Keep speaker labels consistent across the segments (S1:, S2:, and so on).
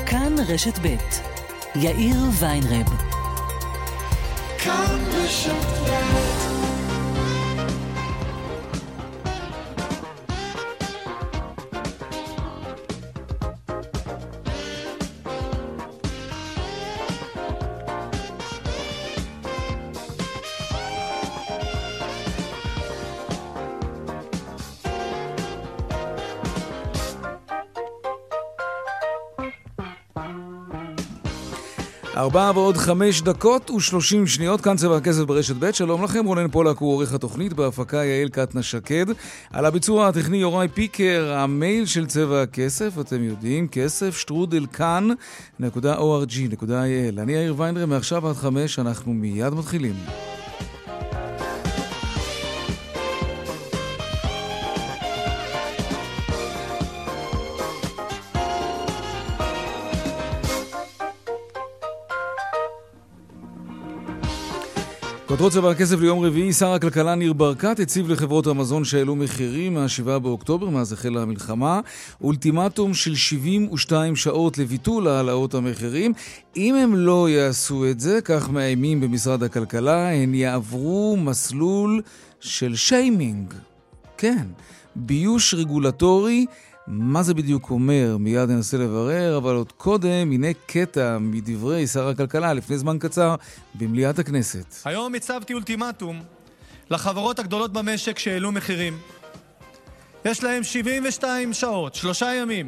S1: כאן רשת ב' יאיר ויינרב. כאן רשת ב'.
S2: ארבע ועוד 5 דקות ו30 שניות, כאן צבע הכסף ברשת ב'. שלום לכם, רונן פולק הוא עורך התוכנית, בהפקה יעל קטנה שקד, על הביצוע הטכני יוראי פיקר. המייל של צבע הכסף, אתם יודעים, כסף@כאן.org.il. אני יאיר ויינרב, מעכשיו עד 5, אנחנו מיד מתחילים. כותרות צבע הכסף ליום רביעי. שר הכלכלה ניר ברקת הציב לחברות המזון שהעלו מחירים מה-7 באוקטובר, מאז החלה המלחמה, אולטימטום של 72 שעות לביטול העלאות המחירים. אם הם לא יעשו את זה, כך מאיימים במשרד הכלכלה, הם יעברו מסלול של שיימינג. כן, ביוש רגולטורי. מה זה בדיוק אומר? מיד ננסה לברר, אבל עוד קודם, הנה קטע מדברי שר הכלכלה לפני זמן קצר במליאת הכנסת.
S3: היום הצבתי אולטימטום לחברות הגדולות במשק שהעלו מחירים. יש להם 72 שעות, 3 ימים,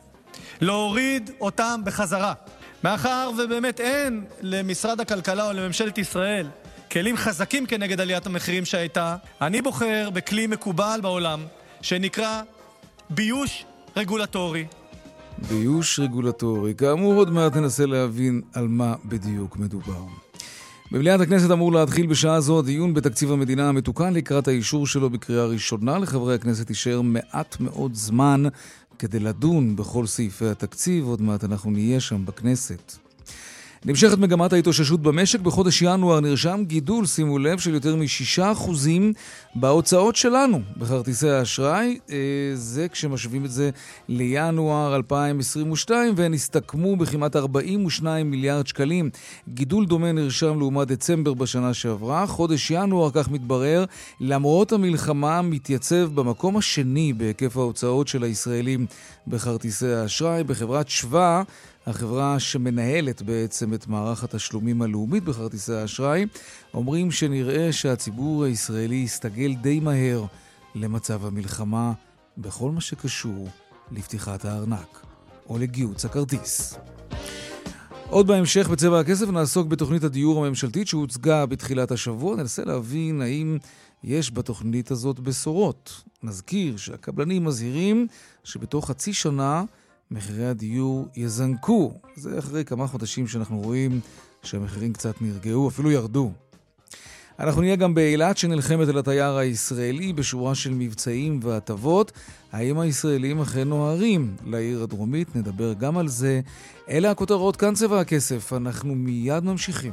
S3: להוריד אותם בחזרה. מאחר ובאמת אין למשרד הכלכלה או לממשלת ישראל כלים חזקים כנגד עליית המחירים שהייתה, אני בוחר בכלי מקובל בעולם שנקרא ביוש רגולטורי.
S2: ביוש רגולטורי. כאמור, עוד מעט ננסה להבין על מה בדיוק מדובר. במליאת הכנסת אמור להתחיל בשעה זו דיון בתקציב המדינה המתוקן לקראת האישור שלו בקריאה ראשונה. לחברי הכנסת יישאר מעט מאוד זמן כדי לדון בכל סעיפי התקציב. עוד מעט אנחנו נהיה שם בכנסת. נמשכת מגמת ההתאוששות במשק. בחודש ינואר נרשם גידול, שימו לב, של יותר מ6% בהוצאות שלנו בכרטיסי האשראי. זה כשמשווים את זה לינואר 2022, והן הסתכמו בכמעט 42 מיליארד שקלים. גידול דומה נרשם לעומת דצמבר בשנה שעברה. חודש ינואר, כך מתברר, למרות המלחמה, מתייצב במקום השני בהיקף ההוצאות של הישראלים בכרטיסי האשראי. בחברת שווה, החברה שמנהלת בעצם את מערך התשלומים הלאומית בכרטיסי האשראי, אומרים שנראה שהציבור הישראלי יסתגל די מהר למצב המלחמה בכל מה שקשור לפתיחת הארנק או לגיוץ הכרטיס. עוד בהמשך בצבע הכסף נעסוק בתוכנית הדיור הממשלתית שהוצגה בתחילת השבוע. ננסה להבין האם יש בתוכנית הזאת בשורות. נזכיר שהקבלנים מזהירים שבתוך חצי שנה מחירי הדיור יזנקו. זה אחרי כמה חודשים שאנחנו רואים שהמחירים קצת נרגעו, אפילו ירדו. אנחנו נהיה גם באילת שנלחמת על התייר הישראלי בשורה של מבצעים והטבות. האם הישראלים אכן נוהרים לעיר הדרומית? נדבר גם על זה. אלה הכותרות, כאן צבע הכסף. אנחנו מיד ממשיכים.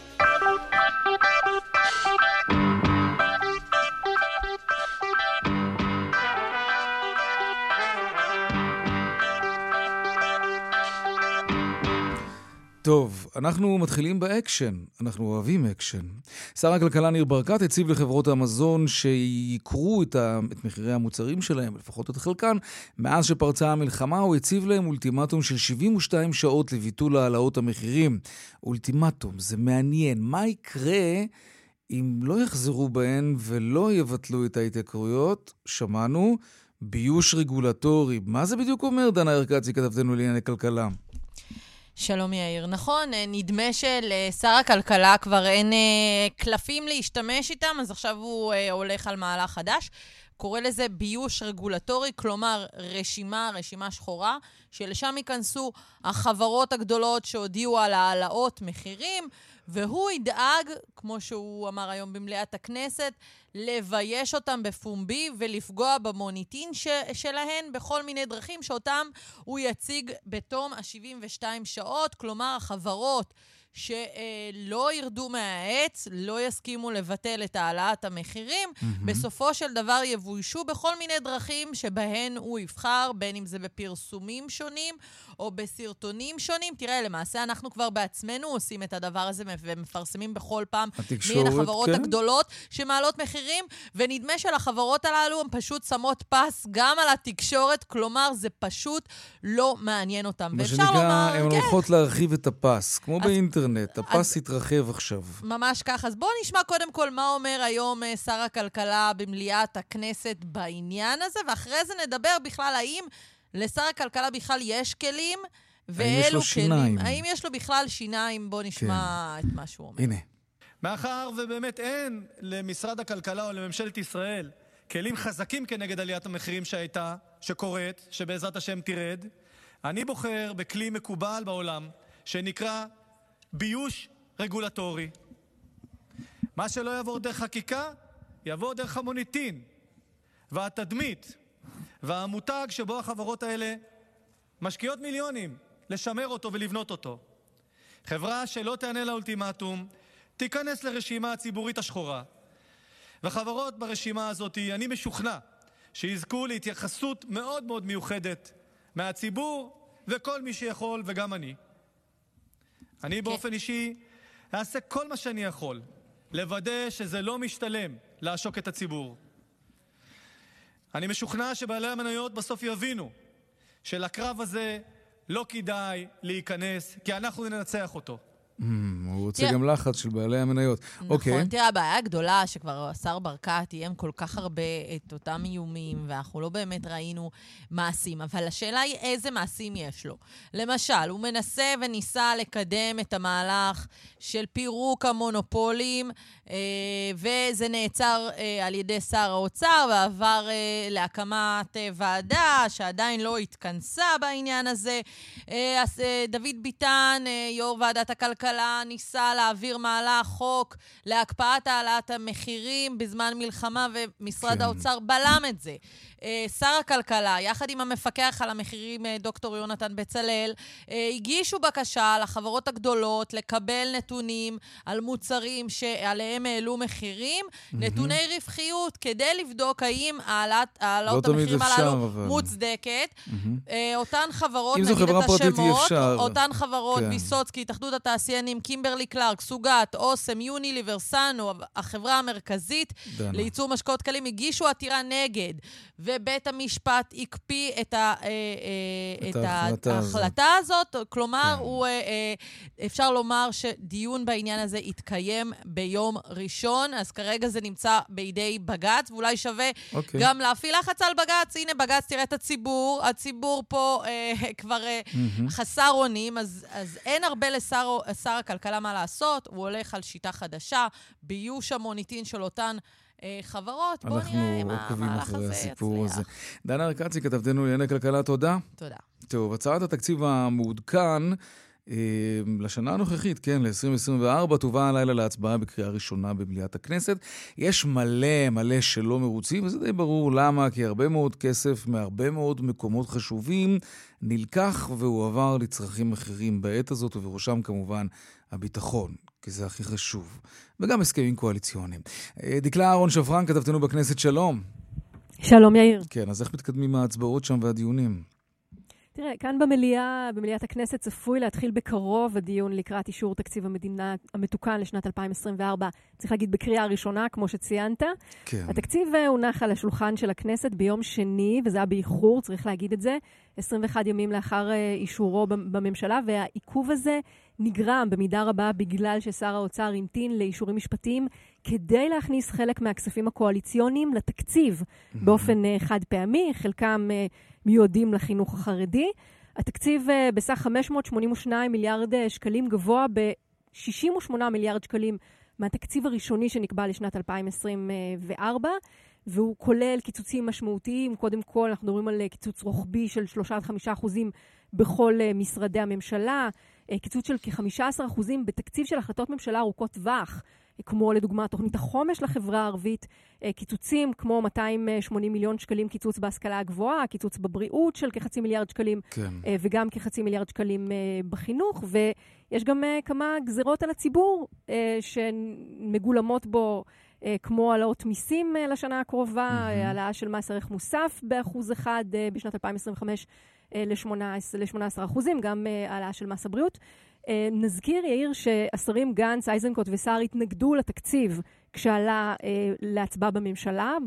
S2: טוב, אנחנו מתחילים באקשן. אנחנו אוהבים אקשן. שר הכלכלה ניר ברקת הציב לחברות המזון שיקרו את מחירי המוצרים שלהם, לפחות את חלקן. מאז שפרצה המלחמה הוא הציב להם אולטימטום של 72 שעות לביטול העלאות המחירים. אולטימטום, זה מעניין. מה יקרה אם לא יחזרו בהן ולא יבטלו את ההתייקרויות? שמענו, ביוש רגולטורי. מה זה בדיוק אומר, דנה ארקצי, כתבתנו לענייני כלכלה?
S4: שלום יאיר. נכון, נדמה שלשר הכלכלה כבר אין קלפים להשתמש איתם, אז עכשיו הוא הולך על מהלך חדש. קורא לזה ביוש רגולטורי, כלומר רשימה שחורה, שלשם ייכנסו החברות הגדולות שהודיעו על העלאות מחירים, והוא ידאג, כמו שהוא אמר היום במליאת הכנסת, לבייש אותם בפומבי ולפגוע במוניטין שלהן בכל מיני דרכים שאותם הוא יציג בתום ה-72 שעות. כלומר, החברות שלא ירדו מהעץ, לא יסכימו לבטל את העלאת המחירים, בסופו של דבר יבוישו בכל מיני דרכים שבהן הוא יבחר, בין אם זה בפרסומים שונים או בסרטונים שונים. תראה, למעשה אנחנו כבר בעצמנו עושים את הדבר הזה ומפרסמים בכל פעם מן החברות הגדולות שמעלות מחירים, ונדמה שלחברות הללו הן פשוט שמות פס גם על התקשורת, כלומר זה פשוט לא מעניין אותם.
S2: מה שנקרא, הן הולכות להרחיב את הפס, כמו באינטרנט, הפס יתרחב עכשיו.
S4: ממש ככה. אז בואו נשמע קודם כל מה אומר היום שר הכלכלה במליאת הכנסת בעניין הזה, ואחרי זה נדבר בכלל האם לשר הכלכלה בכלל יש כלים, ואילו כלים. האם יש לו בכלל שיניים? בואו נשמע את מה שהוא אומר.
S2: הנה.
S3: מאחר ובאמת אין למשרד הכלכלה או לממשלת ישראל כלים חזקים כנגד עליית המחירים שקורית, שבעזרת השם תרד, אני בוחר בכלי מקובל בעולם, שנקרא ביוש רגולטורי. מה שלא יעבור דרך חקיקה, יעבור דרך המוניטין, והתדמית, והמותג שבו החברות האלה משקיעות מיליונים לשמר אותו ולבנות אותו. חברה שלא תענה לאולטימטום, תיכנס לרשימה הציבורית השחורה. וחברות ברשימה הזאת, אני משוכנע, שיזכו להתייחסות מאוד מאוד מיוחדת מהציבור וכל מי שיכול, וגם אני. אני באופן אישי אעשה כל מה שאני יכול לוודא שזה לא משתלם לעשוק את הציבור. אני משוכנע שבעלי המניות בסוף יבינו שלקרב הזה לא כדאי להיכנס, כי אנחנו ננצח אותו.
S2: הוא רוצה גם לחץ של בעלי המניות.
S4: נכון, תראה, הבעיה הגדולה שכבר השר ברקת איים כל כך הרבה את אותם איומים, ואנחנו לא באמת ראינו מעשים, אבל השאלה היא איזה מעשים יש לו. למשל, הוא מנסה וניסה לקדם את המהלך של פירוק המונופולים, וזה נעצר על ידי שר האוצר, ועבר להקמת ועדה שעדיין לא התכנסה בעניין הזה. דוד ביטן, יו"ר ועדת הכלכלה, ניסה להעביר מהלך חוק להקפאת העלאת המחירים בזמן מלחמה, ומשרד האוצר בלם את זה. שר הכלכלה, יחד עם המפקח על המחירים, דוקטור יונתן בצלאל, הגישו בקשה לחברות הגדולות לקבל נתונים על מוצרים שעליהם העלו מחירים, נתוני רווחיות, כדי לבדוק האם העלות המחירים הללו מוצדקת. אותן חברות, נגיד את השמות, אותן חברות, ויסוצקי, התאחדות התעשיינים, קימברלי קלארק, סוגת, אוסם, יוניליבר, סנו, החברה המרכזית לייצור משקאות קלים, הגישו עתירה נגד, ובית המשפט הקפיא את ההחלטה הזאת. כלומר, אפשר לומר שדיון בעניין הזה יתקיים ביום ראשון, אז כרגע זה נמצא בידי בגץ, ואולי שווה גם להפעיל לחץ על בגץ. הנה בגץ, תראה את הציבור פה כבר חסר אונים, אז אין הרבה לשר הכלכלה מה לעשות, הוא הולך על שיטה חדשה, ביוש המוניטין של אותן חברות. בוא נראה אם המהלך הזה יצליח.
S2: דנה ארקצי, כתבתנו לענייני כלכלה, תודה.
S4: תודה.
S2: טוב, הצעת התקציב המעודכן לשנה הנוכחית, כן, ל-2024, תובא הלילה להצבעה בקריאה ראשונה במליאת הכנסת. יש מלא שלא מרוצים, וזה די ברור למה, כי הרבה מאוד כסף מהרבה מאוד מקומות חשובים נלקח והועבר לצרכים אחרים בעת הזאת, ובראשם כמובן הביטחון, כי זה הכי חשוב. וגם הסכמים קואליציוניים. דקלה אהרון שפרן, כתבתנו בכנסת, שלום.
S5: שלום יאיר.
S2: כן, אז איך מתקדמים ההצבעות שם והדיונים?
S5: תראה, כאן במליאת הכנסת צפוי להתחיל בקרוב הדיון לקראת אישור תקציב המדינה המתוקן לשנת 2024. צריך להגיד בקריאה ראשונה, כמו שציינת.
S2: כן.
S5: התקציב הונח על השולחן של הכנסת ביום שני, וזה היה באיחור, צריך להגיד את זה, 21 ימים לאחר אישורו בממשלה, והעיכוב הזה נגרם במידה רבה בגלל ששר האוצר המתין לאישורים משפטיים, כדי להכניס חלק מהכספים הקואליציוניים לתקציב באופן חד פעמי, חלקם מיועדים לחינוך החרדי. התקציב בסך 582 מיליארד שקלים, גבוה ב-68 מיליארד שקלים מהתקציב הראשוני שנקבע לשנת 2024, והוא כולל קיצוצים משמעותיים. קודם כל אנחנו מדברים על קיצוץ רוחבי של 3-5% בכל משרדי הממשלה, קיצוץ של כ-15% בתקציב של החלטות ממשלה ארוכות טווח, כמו לדוגמה תוכנית החומש לחברה הערבית, קיצוצים כמו 280 מיליון שקלים קיצוץ בהשכלה הגבוהה, קיצוץ בבריאות של כ0.5 מיליארד שקלים,
S2: כן.
S5: וגם כ0.5 מיליארד שקלים בחינוך, ויש גם כמה גזירות על הציבור שמגולמות בו, כמו העלאות מיסים לשנה הקרובה, העלאה של מס ערך מוסף ב1% בשנת 2025 ל-18%, גם העלאה של מס הבריאות. נזכיר, יאיר, שהשרים גנץ, איזנקוט וסער התנגדו לתקציב כשעלה להצבעה בממשלה,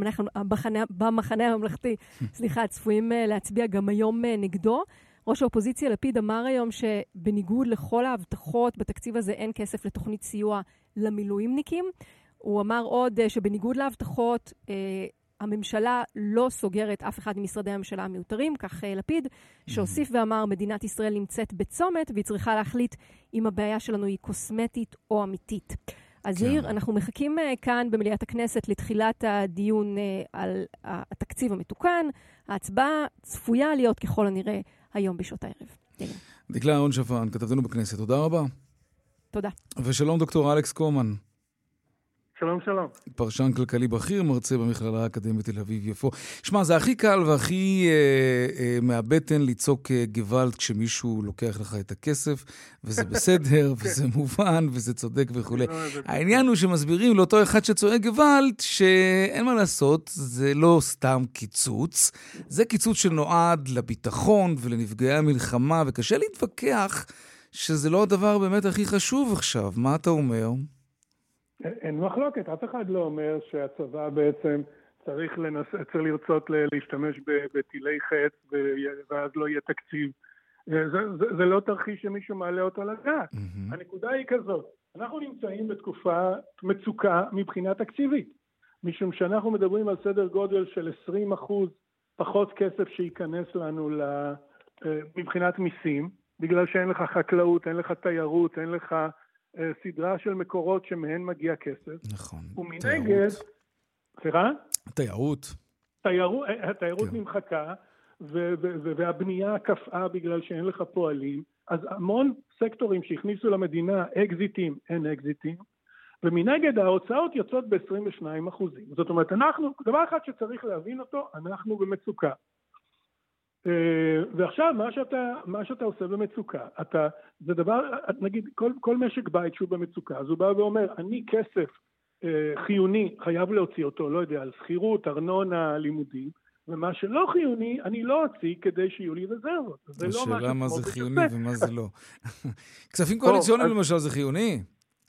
S5: במחנה הממלכתי, צפויים להצביע גם היום נגדו. ראש האופוזיציה לפיד אמר היום שבניגוד לכל ההבטחות בתקציב הזה אין כסף לתוכנית סיוע למילואימניקים. הוא אמר עוד שבניגוד להבטחות, הממשלה לא סוגרת אף אחד ממשרדי הממשלה המיותרים, כך לפיד, שהוסיף ואמר, מדינת ישראל נמצאת בצומת, והיא צריכה להחליט אם הבעיה שלנו היא קוסמטית או אמיתית. אז יאיר, אנחנו מחכים כאן במליאת הכנסת לתחילת הדיון על התקציב המתוקן. ההצבעה צפויה להיות ככל הנראה היום בשעות הערב.
S2: דקלה אהרון שפרן, כתבתנו בכנסת, תודה רבה.
S5: תודה.
S2: ושלום דוקטור אלכס קומן.
S6: שלום, שלום.
S2: פרשן כלכלי בכיר, מרצה במכללה האקדמית תל אביב-יפו. שמע, זה הכי קל והכי מהבטן לצעוק גוואלד כשמישהו לוקח לך את הכסף, וזה בסדר, וזה מובן, וזה צודק וכו'. העניין הוא שמסבירים לאותו אחד שצועק גוואלד, שאין מה לעשות, זה לא סתם קיצוץ, זה קיצוץ שנועד לביטחון ולנפגעי המלחמה, וקשה להתווכח שזה לא הדבר באמת הכי חשוב עכשיו. מה אתה אומר?
S6: אין מחלוקת, אף אחד לא אומר שהצבא בעצם צריך לרצות להשתמש בטילי חץ ואז לא יהיה תקציב. זה לא תרחיש שמישהו מעלה אותו לדעת. הנקודה היא כזאת, אנחנו נמצאים בתקופה מצוקה מבחינה תקציבית, משום שאנחנו מדברים על סדר גודל של 20% פחות כסף שייכנס לנו מבחינת מיסים, בגלל שאין לך חקלאות, אין לך תיירות, אין לך סדרה של מקורות שמהן מגיע כסף.
S2: נכון.
S6: ומנגד, סליחה?
S2: תיירות.
S6: התיירות נמחקה, והבנייה קפאה בגלל שאין לך פועלים. אז המון סקטורים שהכניסו למדינה אקזיטים, אין אקזיטים, ומנגד ההוצאות יוצאות ב-22%. זאת אומרת, דבר אחד שצריך להבין אותו, אנחנו במצוקה. ועכשיו, מה שאתה עושה במצוקה, זה דבר, נגיד, כל משק בית שהוא במצוקה, אז הוא בא ואומר, אני כסף חיוני, חייב להוציא אותו, לא יודע, על שכירות, ארנונה, לימודים, ומה שלא חיוני, אני לא אוציא כדי שיהיו לי רזרבות.
S2: השאלה מה זה חיוני ומה זה לא. כספים קואליציוניים למשל זה חיוני?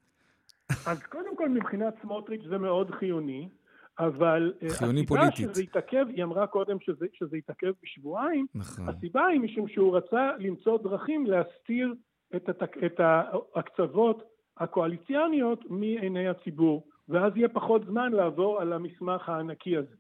S6: אז קודם כל, מבחינת סמוטריץ' זה מאוד חיוני, אבל
S2: הסיבה
S6: שזה יתעכב, היא אמרה קודם שזה יתעכב בשבועיים,
S2: נכון.
S6: הסיבה היא משום שהוא רצה למצוא דרכים להסתיר את ההקצבות הקואליציוניות מעיני הציבור, ואז יהיה פחות זמן לעבור על המסמך הענקי הזה.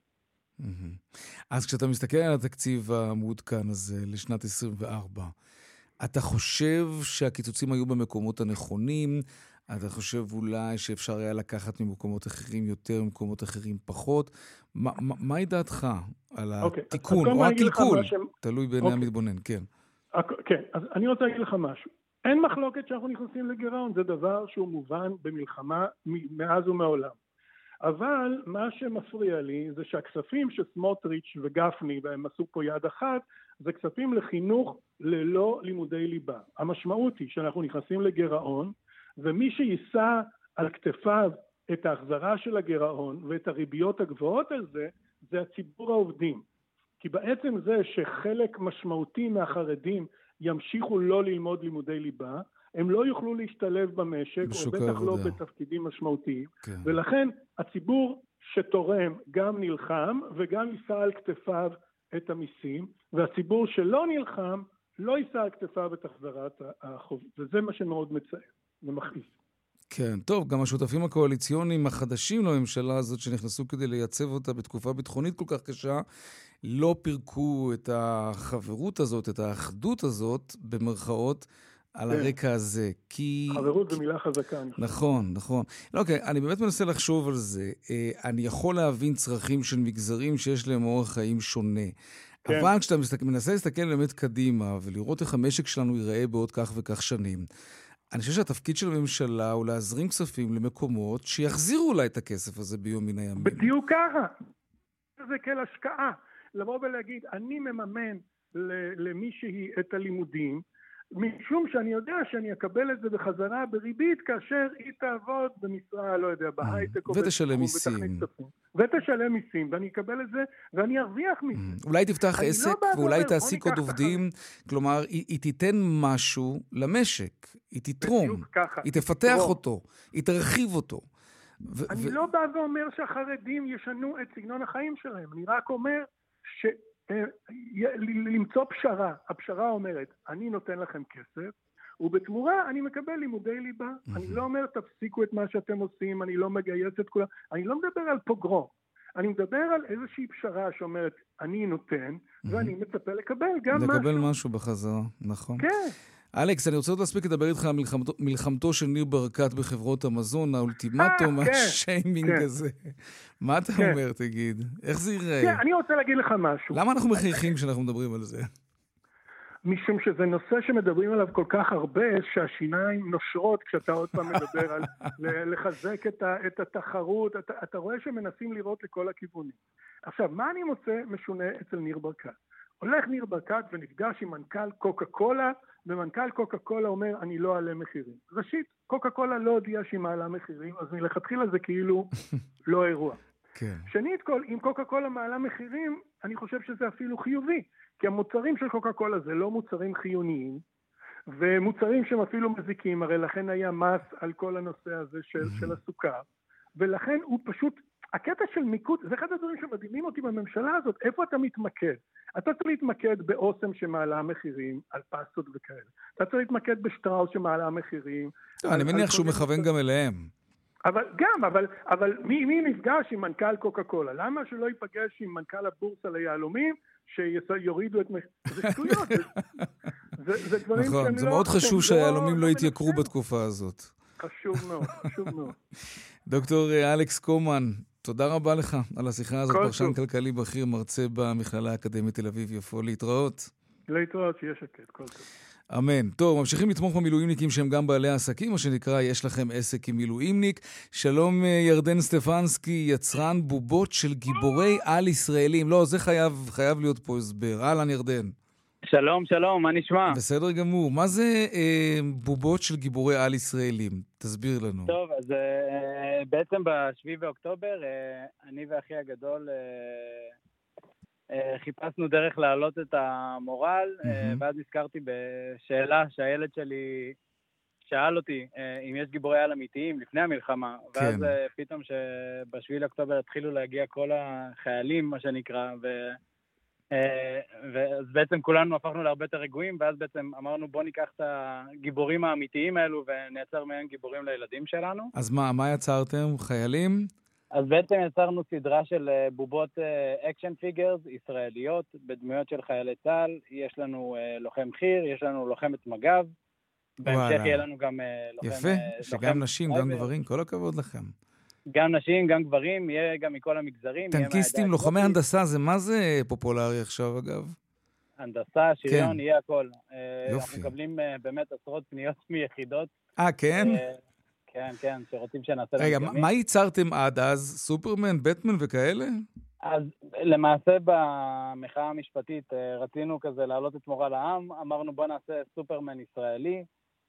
S2: אז כשאתה מסתכל על התקציב המעודכן הזה לשנת 24, אתה חושב שהקיצוצים היו במקומות הנכונים? אתה חושב אולי שאפשר היה לקחת ממקומות אחרים יותר, ממקומות אחרים פחות? מהי דעתך על התיקון או הקלקול? תלוי בעיני המתבונן, כן.
S6: כן, אז אני רוצה להגיד לך משהו. אין מחלוקת שאנחנו נכנסים לגירעון, זה דבר שהוא מובן במלחמה מאז ומעולם. אבל מה שמפריע לי זה שהכספים שסמוטריץ' וגפני, והם עשו פה יד אחת, זה כספים לחינוך ללא לימודי ליבה. המשמעות היא שאנחנו נכנסים לגירעון, ומי שיישא על כתפיו את ההחזרה של הגירעון ואת הריביות הגבוהות על זה, זה הציבור העובדים. כי בעצם זה שחלק משמעותי מהחרדים ימשיכו לא ללמוד לימודי ליבה, הם לא יוכלו להשתלב במשק, או בטח לא בתפקידים משמעותיים, כן. ולכן הציבור שתורם גם נלחם, וגם יישא על כתפיו את המיסים, והציבור שלא נלחם, לא יישא על כתפיו את החזרת החוב. וזה מה שמאוד מצער ומכעיס.
S2: כן, טוב, גם השותפים הקואליציוניים החדשים לממשלה הזאת שנכנסו כדי לייצב אותה בתקופה ביטחונית כל כך קשה, לא פירקו את החברות הזאת, את האחדות הזאת, במרכאות, על הרקע הזה.
S6: חברות זו מילה חזקה.
S2: נכון, נכון. לא, אוקיי, אני באמת מנסה לחשוב על זה. אני יכול להבין צרכים של מגזרים שיש להם אורח חיים שונה. אבל כשאתה מנסה להסתכל באמת קדימה, ולראות איך המשק שלנו ייראה בעוד כך וכך שנים, אני חושב שהתפקיד של הממשלה הוא להזרים כספים למקומות שיחזירו אולי את הכסף הזה ביום מן הימים.
S6: בדיוק ככה. זה כאל השקעה. לבוא ולהגיד, אני מממן למישהי את הלימודים, משום שאני יודע שאני אקבל את זה בחזרה בריבית, כאשר היא תעבוד במשרה, לא יודע, בהייטק או
S2: ותשלם מיסים.
S6: ותשלם מיסים, ואני אקבל את זה, ואני ארוויח מיסים.
S2: אולי תפתח עסק, ואולי תעסיק עוד עובדים, כלומר, היא תיתן משהו למשק, היא תתרום, היא תפתח אותו, היא תרחיב אותו.
S6: אני לא בא ואומר שהחרדים ישנו את סגנון החיים שלהם, אני רק אומר למצוא פשרה. הפשרה אומרת, אני נותן לכם כסף, ובתמורה אני מקבל לימודי ליבה. אני לא אומר, תפסיקו את מה שאתם עושים, אני לא מגייס את כולם. אני לא מדבר על פוגרום. אני מדבר על איזושהי פשרה שאומרת, אני נותן, ואני מצפה לקבל גם משהו.
S2: לקבל משהו בחזרה, נכון.
S6: כן.
S2: אלכס, אני רוצה עוד להספיק לדבר איתך על מלחמתו של ניר ברקת בחברות המזון, האולטימטום, השיימינג הזה. מה אתה אומר, תגיד? איך זה ייראה?
S6: כן, אני רוצה להגיד לך משהו.
S2: למה אנחנו מחייכים כשאנחנו מדברים על זה?
S6: משום שזה נושא שמדברים עליו כל כך הרבה, שהשיניים נושרות כשאתה עוד פעם מדבר על לחזק את התחרות. אתה רואה שמנסים לראות לכל הכיוונים. עכשיו, מה אני מוצא משונה אצל ניר ברקת? הולך ניר ברקת ונפגש עם מנכ"ל קוקה קולה, ומנכ"ל קוקה קולה אומר, אני לא אעלה מחירים. ראשית, קוקה קולה לא הודיעה שהיא מעלה מחירים, אז מלכתחילה זה כאילו לא אירוע.
S2: כן.
S6: שנית, אם קוקה קולה מעלה מחירים, אני חושב שזה אפילו חיובי, כי המוצרים של קוקה קולה זה לא מוצרים חיוניים, ומוצרים שהם אפילו מזיקים, הרי לכן היה מס על כל הנושא הזה של הסוכר, ולכן הוא פשוט, הקטע של מיקוד, זה אחד הדברים שמדהימים אותי בממשלה הזאת, איפה אתה מתמקד? אתה צריך להתמקד באוסם שמעלה מחירים על פסטות וכאלה. אתה צריך להתמקד בשטראוס שמעלה מחירים.
S2: אני מניח שהוא מכוון גם אליהם.
S6: אבל מי נפגש עם מנכ"ל קוקה קולה? למה שלא ייפגש עם מנכ"ל הבורסה ליהלומים שיורידו את מחירים? זה שטויות. זה דברים שאני לא...
S2: נכון, זה מאוד חשוב שהיהלומים לא יתייקרו בתקופה הזאת.
S6: חשוב מאוד, חשוב מאוד.
S2: דוקטור אלכס קומן, תודה רבה לך על השיחה הזאת, פרשן כלכלי בכיר, מרצה במכללה האקדמית תל אביב-יפו. להתראות.
S6: להתראות, שיהיה שקט, כל טוב.
S2: אמן. טוב, ממשיכים לתמוך במילואימניקים שהם גם בעלי עסקים, מה שנקרא, יש לכם עסק עם מילואימניק. שלום ירדן סטפנסקי, יצרן בובות של גיבורי על ישראלים. לא, זה חייב להיות פה הסבר. אהלן ירדן.
S7: שלום, שלום, מה נשמע?
S2: בסדר גמור. מה זה בובות של גיבורי על ישראלים? תסביר לנו.
S7: טוב, אז בעצם ב7 באוקטובר, אני ואחי הגדול חיפשנו דרך להעלות את המורל, ואז נזכרתי בשאלה שהילד שלי שאל אותי אם יש גיבורי על אמיתיים לפני המלחמה, ואז פתאום שב7 באוקטובר התחילו להגיע כל החיילים, מה שנקרא, ואז בעצם כולנו הפכנו להרבה יותר רגועים, ואז בעצם אמרנו בוא ניקח את הגיבורים האמיתיים האלו ונייצר מהם גיבורים לילדים שלנו.
S2: אז מה יצרתם? חיילים?
S7: אז בעצם יצרנו סדרה של בובות אקשן פיגרס ישראליות בדמויות של חיילי צה"ל. יש לנו לוחם חי"ר, יש לנו לוחמת מג"ב, בהמשך יהיה לנו גם לוחם...
S2: יפה, שגם נשים, גם גברים, כל הכבוד לכם.
S7: גם נשים, גם גברים, יהיה גם מכל המגזרים.
S2: טנקיסטים, לוחמי הנדסה, זה מה זה פופולרי עכשיו אגב?
S7: הנדסה, שריון, יהיה הכל.
S2: יופי.
S7: אנחנו מקבלים באמת עשרות פניות מיחידות.
S2: כן?
S7: כן, שרוצים שנעשה...
S2: רגע, מה ייצרתם עד אז? סופרמן, בטמן וכאלה?
S7: אז למעשה במחאה המשפטית רצינו כזה להעלות את מורל העם, אמרנו בוא נעשה סופרמן ישראלי,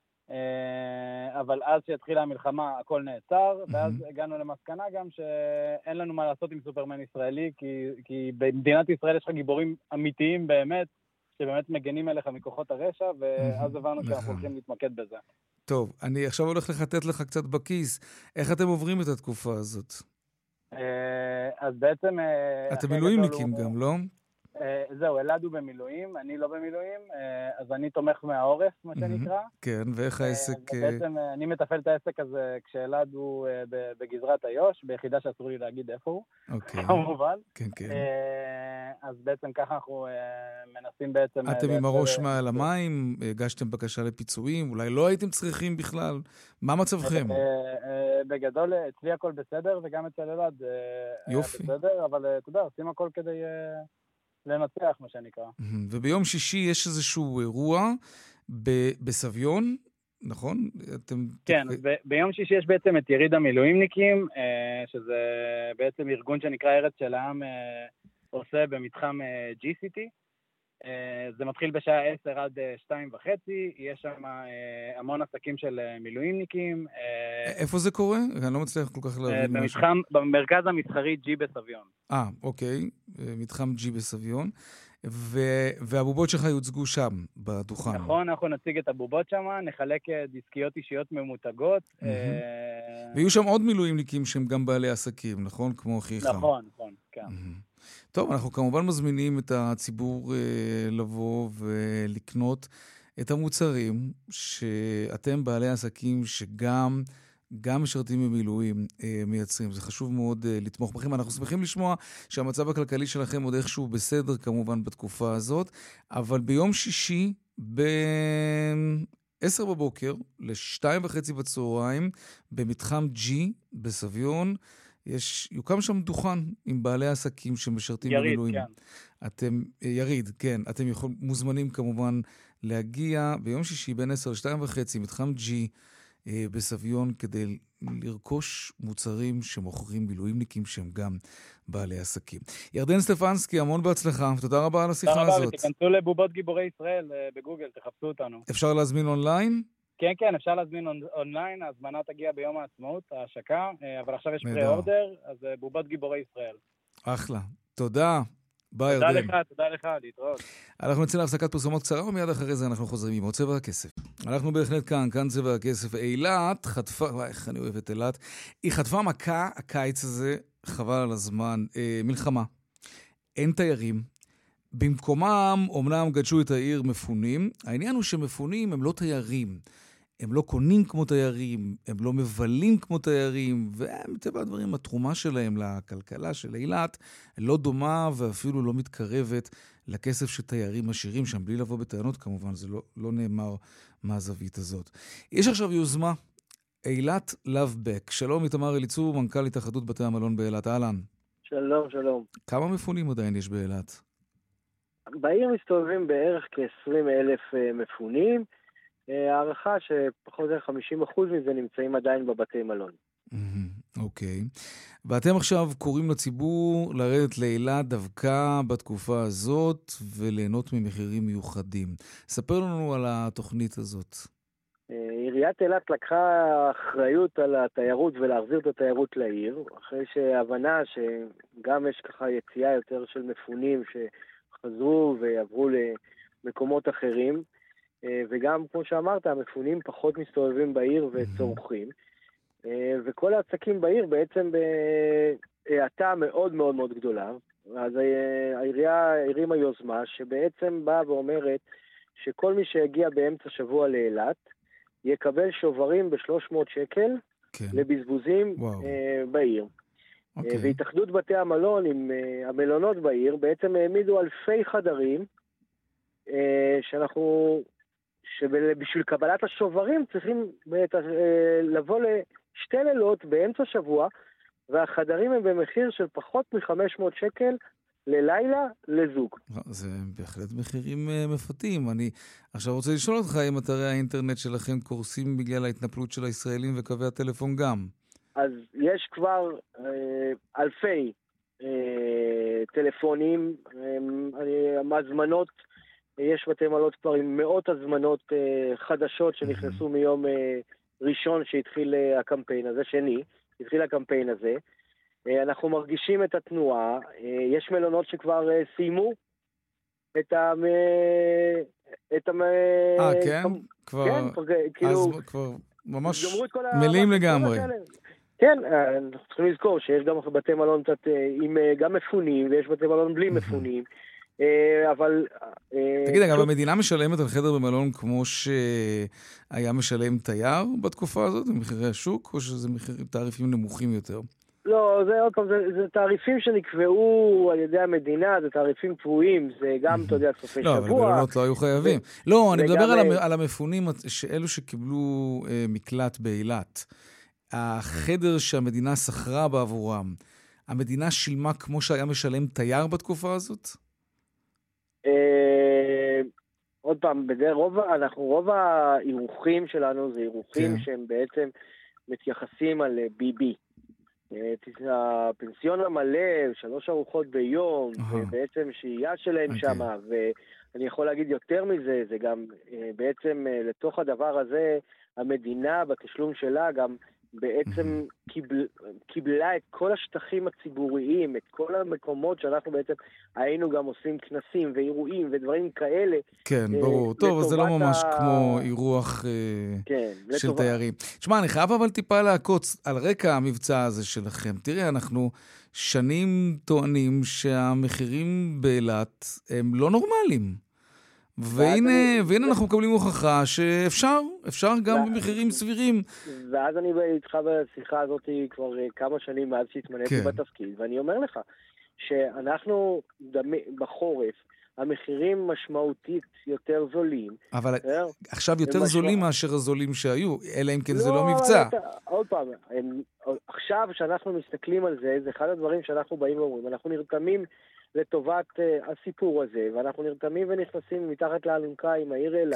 S7: אבל אז שהתחילה המלחמה הכל נעצר, ואז הגענו למסקנה גם שאין לנו מה לעשות עם סופרמן ישראלי, כי במדינת ישראל יש לך גיבורים אמיתיים באמת, שבאמת מגנים אליך מכוחות הרשע, ואז הבנו שאנחנו הולכים להתמקד בזה.
S2: טוב, אני עכשיו הולך לחטט לך קצת בכיס. איך אתם עוברים את התקופה הזאת?
S7: אז בעצם...
S2: אתם מילואימניקים גם, לא?
S7: זהו, אלעד הוא במילואים, אני לא במילואים, אז אני תומך מהעורף, מה שנקרא.
S2: כן, ואיך העסק...
S7: בעצם אני מתפעל את העסק הזה כשאלעד הוא בגזרת איו"ש, ביחידה שאסור לי להגיד איפה הוא, כמובן.
S2: כן, כן.
S7: אז בעצם ככה אנחנו מנסים בעצם...
S2: אתם עם הראש מעל המים, הגשתם בקשה לפיצויים, אולי לא הייתם צריכים בכלל. מה מצבכם?
S7: בגדול, אצלי הכל בסדר, וגם אצל אלעד היה בסדר, אבל אתה יודע, עושים הכל כדי... לנצח, מה שנקרא.
S2: וביום שישי יש איזשהו אירוע בסביון, נכון?
S7: כן, ביום שישי יש בעצם את יריד המילואימניקים, שזה בעצם ארגון שנקרא ארץ של העם, עושה במתחם GCT. זה מתחיל בשעה 10 עד 2:30, יש שם המון עסקים של מילואימניקים.
S2: איפה זה קורה? אני לא מצליח כל כך להבין משהו.
S7: במרכז המסחרי G בסביון.
S2: אוקיי, מתחם G בסביון. והבובות שלך יוצגו שם, בדוכן.
S7: נכון, אנחנו נציג את הבובות שם, נחלק דיסקיות אישיות ממותגות.
S2: ויהיו שם עוד מילואימניקים שהם גם בעלי עסקים, נכון? כמו אחיך.
S7: נכון, כן.
S2: טוב, אנחנו כמובן מזמינים את הציבור לבוא ולקנות את המוצרים שאתם בעלי עסקים שגם משרתים במילואים מייצרים. זה חשוב מאוד לתמוך בכם. אנחנו שמחים לשמוע שהמצב הכלכלי שלכם עוד איכשהו בסדר כמובן בתקופה הזאת, אבל ביום שישי ב-10 בבוקר ל-2:30 בצהריים במתחם G בסביון, יוקם שם דוכן עם בעלי עסקים שמשרתים במילואים. יריד, כן. אתם מוזמנים כמובן להגיע ביום שישי בין 10 ל-2:30 מתחם G בסביון כדי לרכוש מוצרים שמוכרים מילואימניקים שהם גם בעלי עסקים. ירדן סטפנסקי, המון בהצלחה. תודה רבה על השיחה הזאת.
S7: תודה רבה, ותיכנסו לבובות גיבורי ישראל בגוגל, תחפשו אותנו.
S2: אפשר להזמין אונליין?
S7: כן, אפשר להזמין אונליין, ההזמנה תגיע ביום העצמאות, ההשקה, אבל עכשיו יש פרי-אורדר, אז בובות גיבורי ישראל.
S2: אחלה. תודה. ביי, ירדן.
S7: תודה לך, להתראות.
S2: אנחנו נצא להפסקת פרסומות קצרה, ומיד אחרי זה אנחנו חוזרים עם עוד צבע הכסף. אנחנו בהחלט כאן צבע הכסף. אילת חטפה, איך אני אוהב את אילת, היא חטפה מכה, הקיץ הזה, חבל על הזמן, מלחמה. אין תיירים. במקומם, אומנם גדשו את העיר מפונים. העניין הוא שמפונים הם לא תיירים. הם לא קונים כמו תיירים, הם לא מבלים כמו תיירים, והם, טבע הדברים, התרומה שלהם לכלכלה של אילת לא דומה ואפילו לא מתקרבת לכסף שתיירים עשירים שם, בלי לבוא בטענות כמובן, זה לא נאמר מהזווית הזאת. יש עכשיו יוזמה, אילת לבבק. שלום, איתמר אליצור, מנכ"ל התאחדות בתי המלון באילת. אהלן.
S8: שלום.
S2: כמה מפונים עדיין יש באילת?
S8: בעיר מסתובבים בערך כ-20,000 מפונים, הערכה שפחות או 50% מזה נמצאים עדיין בבתי מלון.
S2: אוקיי. ואתם עכשיו קוראים לציבור לרדת לאילת דווקא בתקופה הזאת וליהנות ממחירים מיוחדים. ספר לנו על התוכנית הזאת.
S8: עיריית אילת לקחה אחריות על התיירות ולהחזיר את התיירות לעיר, אחרי שהבנה שגם יש ככה יציאה יותר של מפונים שחזרו ועברו למקומות אחרים, וגם, כמו שאמרת, המפונים פחות מסתובבים בעיר וצורכים, וכל העסקים בעיר בעצם בהאטה מאוד מאוד מאוד גדולה. אז העירייה הרימה יוזמה שבעצם באה ואומרת שכל מי שהגיע באמצע שבוע לאילת יקבל שוברים ב-300 שקל לבזבוזים בעיר. והתאחדות בתי המלון עם המלונות בעיר בעצם העמידו אלפי חדרים שבשביל קבלת השוברים צריכים לבוא לשתי לילות באמצע שבוע, והחדרים הם במחיר של פחות מ-500 שקל ללילה לזוג.
S2: זה בהחלט מחירים מפתים. אני עכשיו רוצה לשאול אותך אם אתרי האינטרנט שלכם קורסים בגלל ההתנפלות של הישראלים וקווי הטלפון גם. אז
S8: יש כבר אלפי טלפונים, הזמנות, יש בתי מלון כבר עם מאות הזמנות חדשות שנכנסו מיום ראשון שהתחיל הקמפיין הזה, שני, התחיל הקמפיין הזה. אנחנו מרגישים את התנועה, יש מלונות שכבר סיימו את
S2: כן? כבר ממש מלאים לגמרי.
S8: כן, אנחנו צריכים לזכור שיש גם בתי מלון עם גם מפונים, ויש בתי מלון בלי מפונים. אבל...
S2: תגיד, אגב, המדינה משלמת על חדר במלון כמו שהיה משלם תייר בתקופה הזאת, במחירי השוק, או שזה תעריפים נמוכים יותר?
S8: לא, זה עוד פעם, זה תעריפים שנקבעו על ידי המדינה, זה תעריפים קבועים, זה גם, אתה יודע, סופי שבוע.
S2: לא, אבל במלונות לא היו חייבים. לא, אני מדבר על המפונים, אלו שקיבלו מקלט באילת. החדר שהמדינה שכרה בעבורם, המדינה שילמה כמו שהיה משלם תייר בתקופה הזאת?
S8: עוד פעם, רוב האירוחים שלנו זה אירוחים שהם בעצם מתייחסים על ביבי. הפנסיון המלא, 3 ארוחות ביום, ובעצם שהייה שלהם שמה, ואני יכול להגיד יותר מזה, זה גם בעצם לתוך הדבר הזה, המדינה בתשלום שלה גם בעצם קיבלה את כל השטחים הציבוריים, את כל המקומות שאנחנו בעצם היינו גם עושים כנסים ואירועים ודברים כאלה.
S2: כן, ברור. טוב, אז זה לא ממש כמו אירוח של תיירים. תשמע, אני חייב אבל טיפה לעקוץ על רקע המבצע הזה שלכם. תראה, אנחנו שנים טוענים שהמחירים באילת הם לא נורמליים. והנה אנחנו מקבלים הוכחה שאפשר גם במחירים סבירים.
S8: ואז אני איתך בשיחה הזאת כבר כמה שנים מאז שהתמניתי בתפקיד, ואני אומר לך שאנחנו בחורף, המחירים משמעותית יותר זולים.
S2: אבל עכשיו יותר זולים מאשר הזולים שהיו, אלא אם כן זה לא מבצע.
S8: עוד פעם, עכשיו שאנחנו מסתכלים על זה, זה אחד הדברים שאנחנו באים ואומרים, אנחנו נרתמים לטובת הסיפור הזה, ואנחנו נרתמים ונכנסים מתחת לאלונקה עם העיר אילת.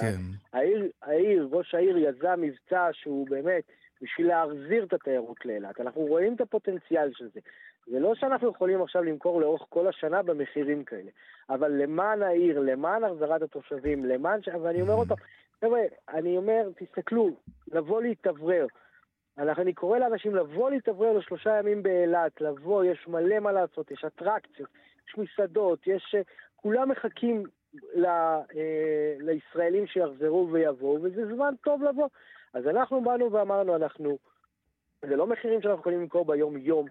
S8: ראש העיר יזם מבצע שהוא באמת בשביל להחזיר את התיירות לאילת. אנחנו רואים את הפוטנציאל של זה. זה לא שאנחנו יכולים עכשיו למכור לאורך כל השנה במחירים כאלה, אבל למען העיר, למען החזרת התושבים, ואני אומר אותו, חבר'ה, אני אומר, תסתכלו, לבוא להתאוורר. אני קורא לאנשים לבוא להתאוורר ל3 ימים באילת, לבוא, יש מלא מה לעשות, יש אטרקציות, יש מסעדות, כולם מחכים לישראלים שיחזרו ויבואו, וזה זמן טוב לבוא. אז אנחנו באנו ואמרנו, זה לא מחירים שאנחנו יכולים למכור ביום יום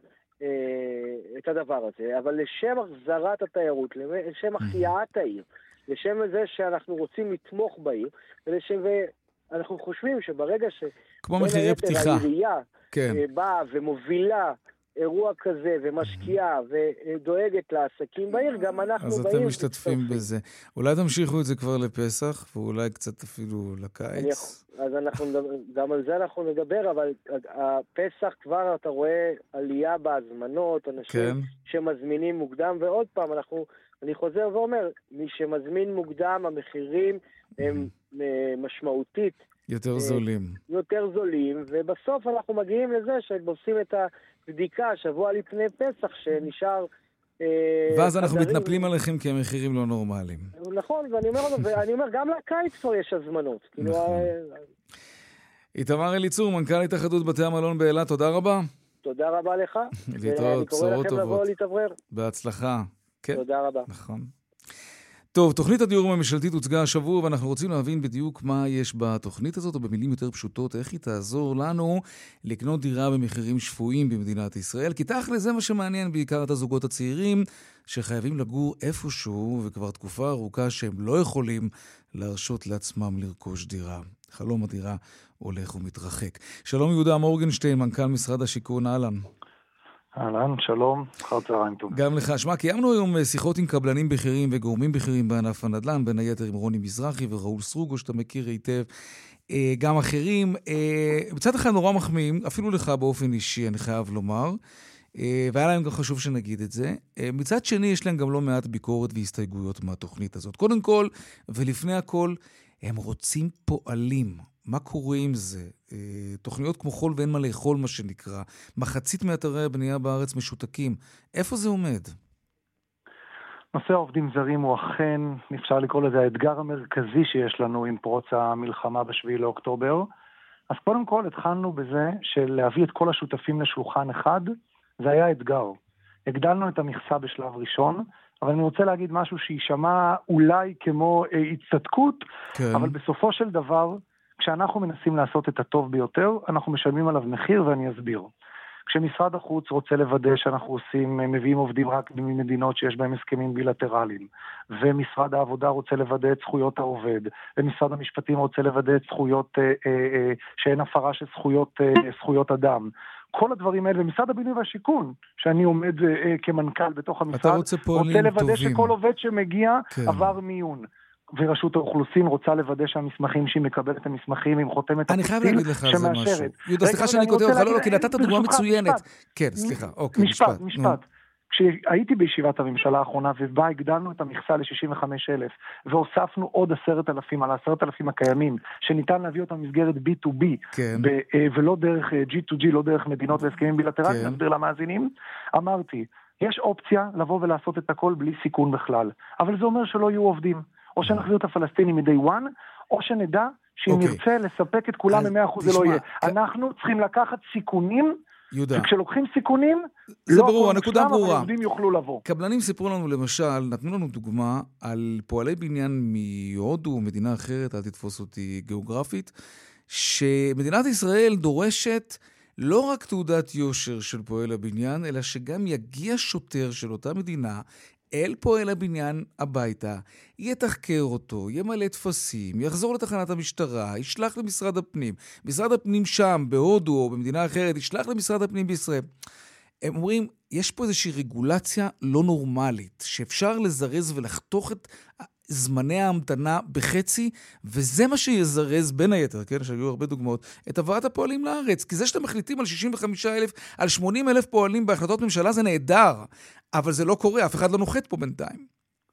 S8: את הדבר הזה, אבל לשם החזרת התיירות, לשם החייאת העיר, לשם זה שאנחנו רוצים לתמוך בעיר, ואנחנו חושבים שברגע
S2: כמו מחירי פתיחה.
S8: העירייה באה ומובילה אירוע כזה ומשקיעה ודואגת לעסקים בעיר, גם אנחנו
S2: אז
S8: בעיר.
S2: אז אתם משתתפים בזה. אולי תמשיכו את זה כבר לפסח, ואולי קצת אפילו לקיץ.
S8: אז גם על זה אנחנו נדבר, אבל הפסח כבר אתה רואה עלייה בהזמנות, אנשים שמזמינים מוקדם, ועוד פעם אני חוזר ואומר, מי שמזמין מוקדם, המחירים הם משמעותית יותר זולים, ובסוף אנחנו מגיעים לזה שעושים את הבדיקה שבוע לפני פסח שנשאר
S2: ואז אנחנו מתנפלים עליכם כי המחירים לא נורמליים.
S8: נכון, ואני אומר גם לקיץ כבר יש הזמנות.
S2: איתמר אליצור, מנכ"ל התאחדות בתי המלון באילת, תודה רבה.
S8: תודה רבה לך.
S2: להתראות, צרות טובות. בהצלחה.
S8: תודה רבה.
S2: נכון. טוב, תוכנית הדיור הממשלתית הוצגה השבוע, ואנחנו רוצים להבין בדיוק מה יש בתוכנית הזאת, או במילים יותר פשוטות, איך היא תעזור לנו לקנות דירה במחירים שפויים במדינת ישראל, כי תכל'ס זה מה שמעניין בעיקר את הזוגות הצעירים, שחייבים לגור איפשהו, וכבר תקופה ארוכה שהם לא יכולים להרשות לעצמם לרכוש דירה. חלום הדירה הולך ומתרחק. שלום יהודה מורגנשטיין, מנכ"ל משרד השיכון, אהלן.
S9: אהלן, שלום, אחר צהריים טוב.
S2: גם לך. שמע, קיימנו היום שיחות עם קבלנים בכירים וגורמים בכירים בענף הנדל"ן, בין היתר עם רוני מזרחי וראול סרוגו, שאתה מכיר היטב, גם אחרים. בצד אחד נורא מחמיאים, אפילו לך באופן אישי, אני חייב לומר, והיה להם גם חשוב שנגיד את זה. מצד שני, יש להם גם לא מעט ביקורת והסתייגויות מהתוכנית הזאת. קודם כל, ולפני הכל, הם רוצים פועלים. מה קורה עם זה? תוכניות כמו חול ואין מה לאכול, מה שנקרא. מחצית מאתרי הבנייה בארץ משותקים. איפה זה עומד?
S9: נושא העובדים זרים הוא אכן, אפשר לקרוא לזה, האתגר המרכזי שיש לנו עם פרוץ המלחמה ב7 לאוקטובר. אז קודם כל התחלנו בזה של להביא את כל השותפים לשולחן אחד, זה היה אתגר. הגדלנו את המכסה בשלב ראשון, אבל אני רוצה להגיד משהו שישמע אולי כמו הצטדקות, אבל בסופו של דבר, כשאנחנו מנסים לעשות את הטוב ביותר, אנחנו משלמים עליו מחיר, ואני אסביר. כשמשרד החוץ רוצה לוודא שאנחנו מביאים עובדים רק ממדינות שיש בהם הסכמים בילטרליים, ומשרד העבודה רוצה לוודא את זכויות העובד, ומשרד המשפטים רוצה לוודא את זכויות, שאין הפרה של זכויות אדם. כל הדברים האלה, ומשרד הבינוי והשיכון, שאני עומד כמנכ"ל בתוך המשרד, רוצה לוודא שכל עובד שמגיע עבר מיון. ורשות האוכלוסין רוצה לוודא שהמסמכים שהיא מקבלת את המסמכים עם חותמת
S2: אני חייב להגיד לך על זה משהו. יהודה, סליחה שאני כותב אותך, לא, כי נתת דוגמה מצוינת. כן, סליחה, אוקיי,
S9: משפט. כשהייתי בישיבת הממשלה האחרונה, ובה הגדלנו את המכסה ל-65,000, והוספנו עוד 10,000 על 10,000 הקיימים, שניתן להביא אותם במסגרת B2B,
S2: כן.
S9: ולא דרך G2G, לא דרך מדינות והסכמים בילטרליים, נסביר למאזינים, אמרתי, יש אופציה לבוא ולעשות את הכל בלי סיכון בכלל, אבל זה אומר שלא יהיו עובדים, או שנחזיר את הפלסטינים מ-day one, או שנדע שאם נרצה לספק את כולם ב-100% זה לא יהיה. אנחנו צריכים לקחת סיכונים, וכשלוקחים סיכונים,
S2: זה ברור, הנקודה ברורה.
S9: העובדים יוכלו לבוא.
S2: קבלנים סיפרו לנו למשל, נתנו לנו דוגמה על פועלי בניין מהודו, מדינה אחרת, אל תתפוס אותי גיאוגרפית, שמדינת ישראל דורשת לא רק תעודת יושר של פועל הבניין, אלא שגם יגיע שוטר של אותה מדינה אל פועל הבניין הביתה, יתחקר אותו, ימלא תפסים, יחזור לתחנת המשטרה, ישלח למשרד הפנים. משרד הפנים שם, בהודו או במדינה אחרת, ישלח למשרד הפנים בישראל. הם אומרים, יש פה איזושהי רגולציה לא נורמלית, שאפשר לזרז ולחתוך את זמני ההמתנה בחצי, וזה מה שיזרז בין היתר, כן, שהיו הרבה דוגמאות, את הבאת הפועלים לארץ. כי זה שאתם מחליטים על 65,000, על 80,000 פועלים בהחלטות ממשלה, זה נהדר, אבל זה לא קורה, אף אחד לא נוחת פה בינתיים.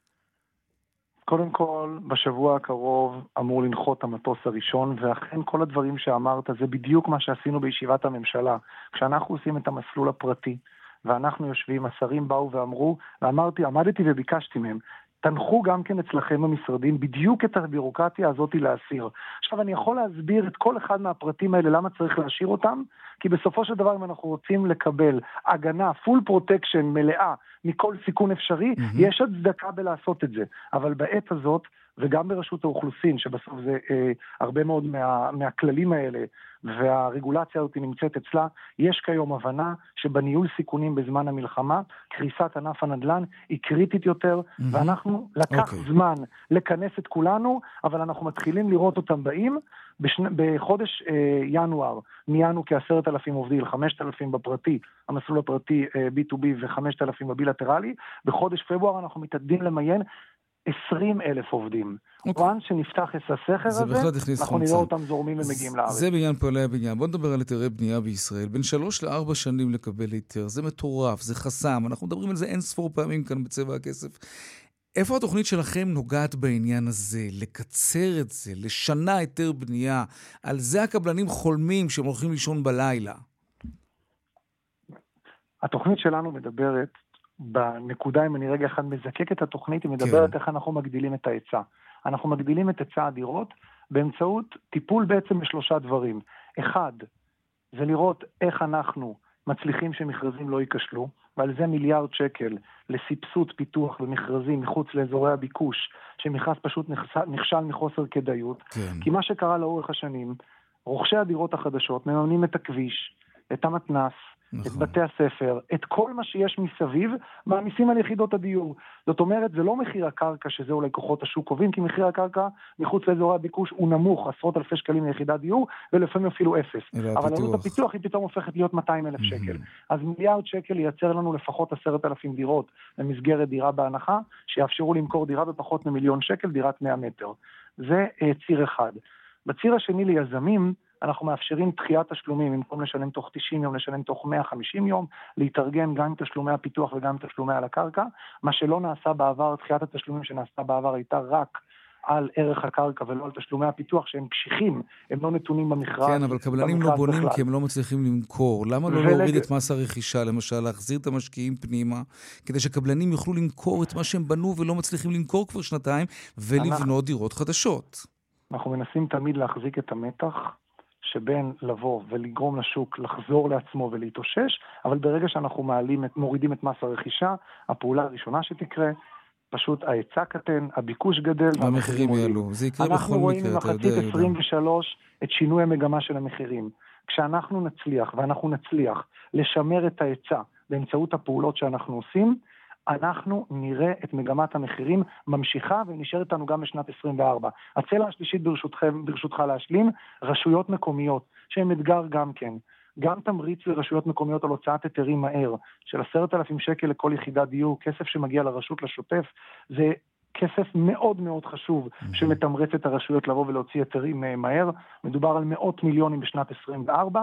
S9: קודם כל, בשבוע הקרוב אמור לנחות המטוס הראשון, ואכן כל הדברים שאמרת, זה בדיוק מה שעשינו בישיבת הממשלה. כשאנחנו עושים את המסלול הפרטי, ואנחנו יושבים, השרים באו ואמרו, ואמרתי, עמדתי וביקשתי מהם, תנחו גם כן אצלכם במשרדים בדיוק את הבירוקרטיה הזאת להסיר. עכשיו אני יכול להסביר את כל אחד מהפרטים האלה למה צריך להשאיר אותם, כי בסופו של דבר אם אנחנו רוצים לקבל הגנה, full protection מלאה מכל סיכון אפשרי, יש הצדקה בלעשות את זה. אבל בעת הזאת, וגם ברשות האוכלוסין, שבסוף זה הרבה מאוד מהכללים האלה, והרגולציה הזאת נמצאת אצלה, יש כיום הבנה שבניהול סיכונים בזמן המלחמה, קריסת ענף הנדל"ן היא קריטית יותר, ואנחנו לקח זמן לכנס את כולנו, אבל אנחנו מתחילים לראות אותם באים, בחודש ינואר, מיינו כ10,000 עובדים, 5,000 בפרטי, המסלול הפרטי B2B ו5,000 בבילטרלי, בחודש פברואר אנחנו מתעתדים למיין 20,000 עובדים. כמובן שנפתח את הסכר הזה, אנחנו נראה אותם זורמים ומגיעים לארץ.
S2: זה בעניין פועלי הבניין. בוא נדבר על היתרי בנייה בישראל. בין 3 ל-4 שנים לקבל היתר. זה מטורף, זה חסם. אנחנו מדברים על זה אין ספור פעמים כאן בצבע הכסף. איפה התוכנית שלכם נוגעת בעניין הזה? לקצר את זה, לשנה היתר בנייה. על זה הקבלנים חולמים שהם הולכים לישון בלילה.
S9: התוכנית שלנו מדברת בנקודה, אם אני רגע אחד מזקק את התוכנית, היא מדברת איך אנחנו מגדילים את ההיצע. אנחנו מגדילים את היצע הדירות באמצעות טיפול בעצם ב3 דברים. אחד, זה לראות איך אנחנו מצליחים שמכרזים לא ייכשלו, ועל זה מיליארד שקל לסבסוד פיתוח ומכרזים מחוץ לאזורי הביקוש, שמכרז פשוט נכשל מחוסר כדאיות. כי מה שקרה לאורך השנים, רוכשי הדירות החדשות מממנים את הכביש, את המתנס, את בתי הספר, את כל מה שיש מסביב, מעמיסים על יחידות הדיור. זאת אומרת, זה לא מחיר הקרקע שזה אולי כוחות השוק קובעים, כי מחיר הקרקע מחוץ לאזורי הביקוש הוא נמוך, עשרות אלפי שקלים ליחידת דיור, ולפעמים אפילו 0. אבל עלות הפיתוח היא פתאום הופכת להיות 200,000 שקל. אז מיליארד שקל ייצר לנו לפחות 10,000 דירות במסגרת דירה בהנחה, שיאפשרו למכור דירה בפחות מ1,000,000 שקל, דירת 100 מטר. זה ציר אחד. בציר השני ליזמים, אנחנו מאפשרים דחיית תשלומים, במקום לשלם תוך 90 יום, לשלם תוך 150 יום, להתארגן גם עם תשלומי הפיתוח וגם עם תשלומי על הקרקע. מה שלא נעשה בעבר, דחיית התשלומים שנעשתה בעבר הייתה רק על ערך הקרקע ולא על תשלומי הפיתוח שהם קשיחים, הם לא נתונים במכרז.
S2: כן, אבל קבלנים לא בונים כי הם לא מצליחים למכור. למה לא להוריד את מס הרכישה, למשל, להחזיר את המשקיעים פנימה, כדי שקבלנים יוכלו למכור את מה שהם בנו ולא מצליחים למכור כבר שנתיים, ולבנות דירות חדשות?
S9: אנחנו מנסים תמיד להחזיק את המתח שבין לבוא ולגרום לשוק לחזור לעצמו ולהתאושש, אבל ברגע שאנחנו מורידים את מס הרכישה, הפעולה הראשונה שתקרה, פשוט ההיצע קטן, הביקוש גדל,
S2: והמחירים יעלו. זה יקרה בכל מקרה,
S9: אנחנו רואים במחצית 23 את שינוי המגמה של המחירים. כשאנחנו נצליח, ואנחנו נצליח לשמר את ההיצע באמצעות הפעולות שאנחנו עושים, אנחנו נראה את מגמת המחירים ממשיכה ונשאר איתנו גם בשנת 24. הצלע השלישית ברשותך להשלים, רשויות מקומיות, שהן אתגר גם כן. גם תמריץ לרשויות מקומיות על הוצאת היתרים מהר, של 10,000 שקל לכל יחידת דיור, כסף שמגיע לרשות לשוטף, זה כסף מאוד מאוד חשוב שמתמרץ את הרשויות לבוא ולהוציא היתרים מהר. מדובר על מאות מיליונים בשנת 24,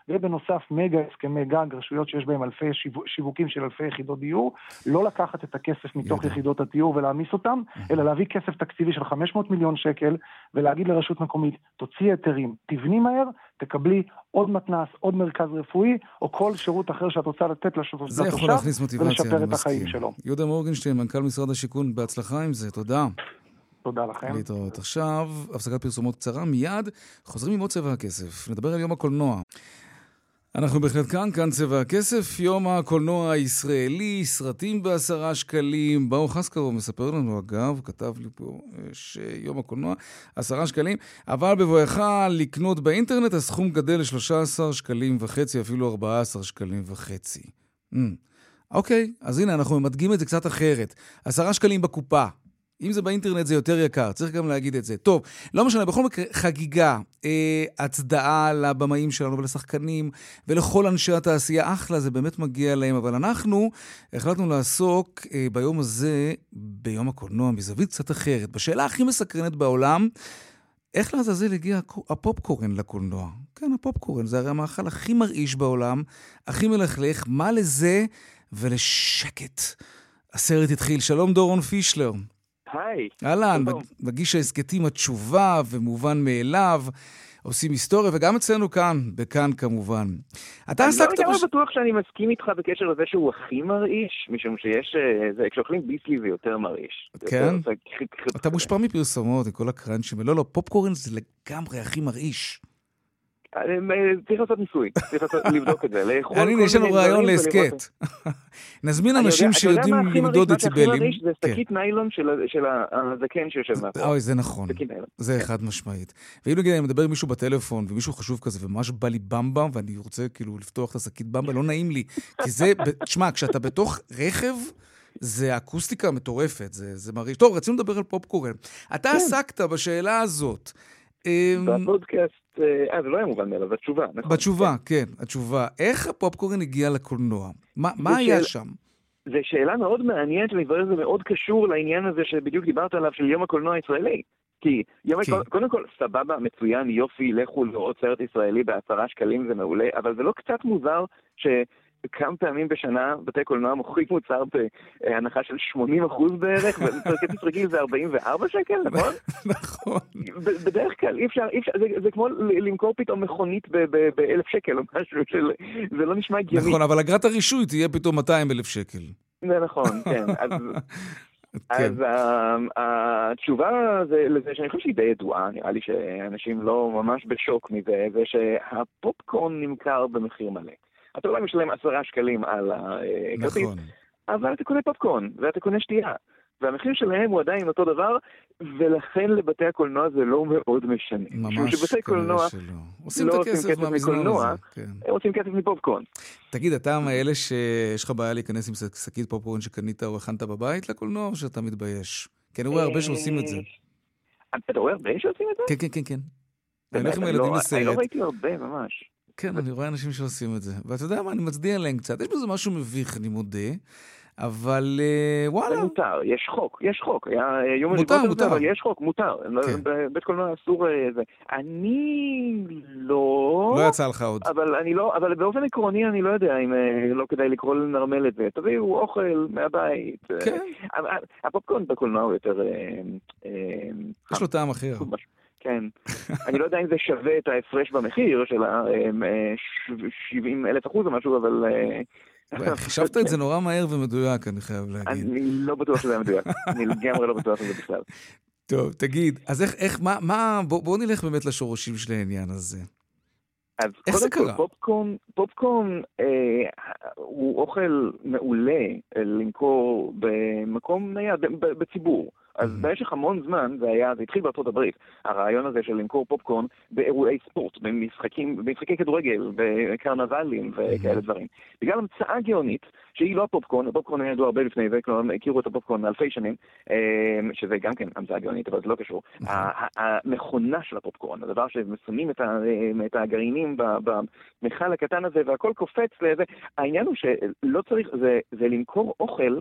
S9: ובנוסף מגה הסכמי גג, רשויות שיש בהם אלפי שיווקים של אלפי יחידות דיור, לא לקחת את הכסף מתוך יחידות הדיור ולהמיס אותם, אלא להביא כסף תקציבי של 500 מיליון שקל, ולהגיד לרשות מקומית, תוציא היתרים, תבני מהר, תקבלי עוד מתנס, עוד מרכז רפואי, או כל שירות אחר שאת רוצה לתת לתושב, ולשפר את החיים שלו.
S2: יהודה מורגנשטיין, מנכ"ל משרד השיכון, בהצלחה עם זה, תודה.
S9: תודה לכם.
S2: להתראות. עכשיו, הפסקת פרסומות קצרה, מיד חוזרים עם עוד צבע הכסף. נדבר על יום הקולנוע. אנחנו בהחלט כאן צבע הכסף, יום הקולנוע הישראלי, סרטים ב10 שקלים. באו חסקרוב מספר לנו, אגב, כתב לי פה שיום הקולנוע 10 שקלים, אבל בבואך לקנות באינטרנט הסכום גדל ל13 שקלים וחצי, אפילו 14 שקלים וחצי. אוקיי, אז הנה אנחנו מדגים את זה קצת אחרת. 10 שקלים בקופה. אם זה באינטרנט זה יותר יקר, צריך גם להגיד את זה. טוב, לא משנה, בכל מקרה חגיגה, הצדעה לבמאים שלנו ולשחקנים ולכל אנשי התעשייה, אחלה, זה באמת מגיע להם, אבל אנחנו החלטנו לעסוק ביום הזה, ביום הקולנוע, מזווית קצת אחרת, בשאלה הכי מסקרנת בעולם, איך לעזאזל הגיע הפופקורן לקולנוע? כן, הפופקורן, זה הרי המאכל הכי מרעיש בעולם, הכי מלכלך, מה לזה ולשקט. הסרט התחיל, שלום דורון פישלר.
S10: היי.
S2: אהלן, מגיש ההסקטים התשובה ומובן מאליו, עושים היסטוריה, וגם אצלנו כאן, בכאן כמובן. אתה עסקת...
S10: אני לא בטוח שאני מסכים איתך בקשר לזה שהוא הכי מרעיש, משום שיש... כשאוכלים ביסלי זה יותר מרעיש.
S2: כן? אתה מושפע מפרסומות, עם כל הקראנצ'ים, לא, פופקורן זה לגמרי הכי מרעיש.
S10: צריך לעשות ניסוי, צריך לבדוק את זה.
S2: יש לנו רעיון להסקט. נזמין אנשים שיודעים למדוד דציבלים.
S10: זה שקית ניילון של הזקן שיושב מאחור.
S2: אוי, זה נכון. זה חד משמעית. ואילו אני מדבר עם מישהו בטלפון, ומישהו חשוב כזה, וממש בא לי במבה, ואני רוצה כאילו לפתוח את השקית במבה, לא נעים לי. כי זה, תשמע, כשאתה בתוך רכב, זה אקוסטיקה מטורפת, זה מרעיש. טוב, רצינו לדבר על פופקורן. אתה עסקת בשאלה הזאת.
S10: בפודקאסט, זה לא היה מובן מאליו, התשובה, נכון?
S2: בתשובה, כן, התשובה. איך הפופקורן הגיע לקולנוע? מה היה שם?
S10: זו שאלה מאוד מעניינת, ואני חושב שזה מאוד קשור לעניין הזה שבדיוק דיברת עליו, של יום הקולנוע הישראלי. כי קודם כל, סבבה, מצוין, יופי, לכו לראות סרט ישראלי ב10 שקלים, זה מעולה, אבל זה לא קצת מוזר כמה פעמים בשנה בתי קולנוע מוכרים מוצר בהנחה של 80% בערך, וכרטיס רגיל זה 44 שקל, נכון?
S2: נכון.
S10: בדרך כלל, אי אפשר, זה כמו למכור פתאום מכונית ב1,000 שקל או משהו, זה לא נשמע הגיוני.
S2: נכון, אבל אגרת הרישוי תהיה פתאום 200,000 שקל.
S10: זה נכון, כן. אז התשובה לזה שאני חושב שהיא די ידועה, נראה לי שאנשים לא ממש בשוק מזה, זה שהפופקורן נמכר במחיר מלא. אתה אולי משלם 10 שקלים על הכרטיס, אבל אתה קונה פופקורן, ואתה קונה שתייה. והמחיר שלהם הוא עדיין אותו דבר, ולכן לבתי הקולנוע זה לא מאוד משנה.
S2: ממש כנראה שלא. עושים את הכסף מהמזנון הזה.
S10: הם עושים כסף מפופקורן.
S2: תגיד, אתה מאלה שיש לך בעיה להיכנס עם שקית פופקורן שקנית או הכנת בבית לקולנוע, או שאתה מתבייש? כי אני רואה הרבה שעושים את זה.
S10: אתה רואה הרבה שעושים את זה?
S2: כן. אני הולך עם הילדים לסרט.
S10: אני לא ראיתי הרבה ממש.
S2: כן, אני רואה אנשים שעושים את זה. ואתה יודע מה, אני מצדיע להם קצת. יש בזה משהו מביך, אני מודה. אבל וואלה.
S10: זה מותר, יש חוק. היה יום הליבות הזה, אבל יש חוק, מותר. בית קולנוע אסור זה. אני לא...
S2: לא יצא לך עוד.
S10: אבל באופן עקרוני אני לא יודע אם לא כדאי לקרוא לנרמל את זה. תביאו אוכל מהבית.
S2: כן.
S10: הפופקורן בקולנוע הוא יותר...
S2: יש לו טעם אחר.
S10: כן. אני לא יודע אם זה שווה את ההפרש במחיר של 70,000% או משהו, אבל...
S2: חישבת את זה נורא מהר ומדויק, אני חייב להגיד.
S10: אני לא בטוח שזה מדויק. אני לגמרי לא בטוח שזה בכלל.
S2: טוב, תגיד, אז איך, בואו נלך באמת לשורשים של העניין הזה.
S10: אז קודם כל, פופקורן הוא אוכל מעולה למכור במקום נייד, בציבור. אז במשך המון זמן, זה התחיל בארצות הברית, הרעיון הזה של למכור פופקורן באירועי ספורט, במשחקי כדורגל, בקרנבלים וכאלה דברים. בגלל המצאה גאונית, שהיא לא הפופקורן, הפופקורן היה ידוע הרבה לפני זה, כלומר, הכירו את הפופקורן אלפי שנים, שזה גם כן המצאה גאונית, אבל זה לא קשור. המכונה של הפופקורן, הדבר שמסמים את הגרעינים במכל הקטן הזה, והכל קופץ לזה, העניין הוא שלא צריך, זה למכור אוכל,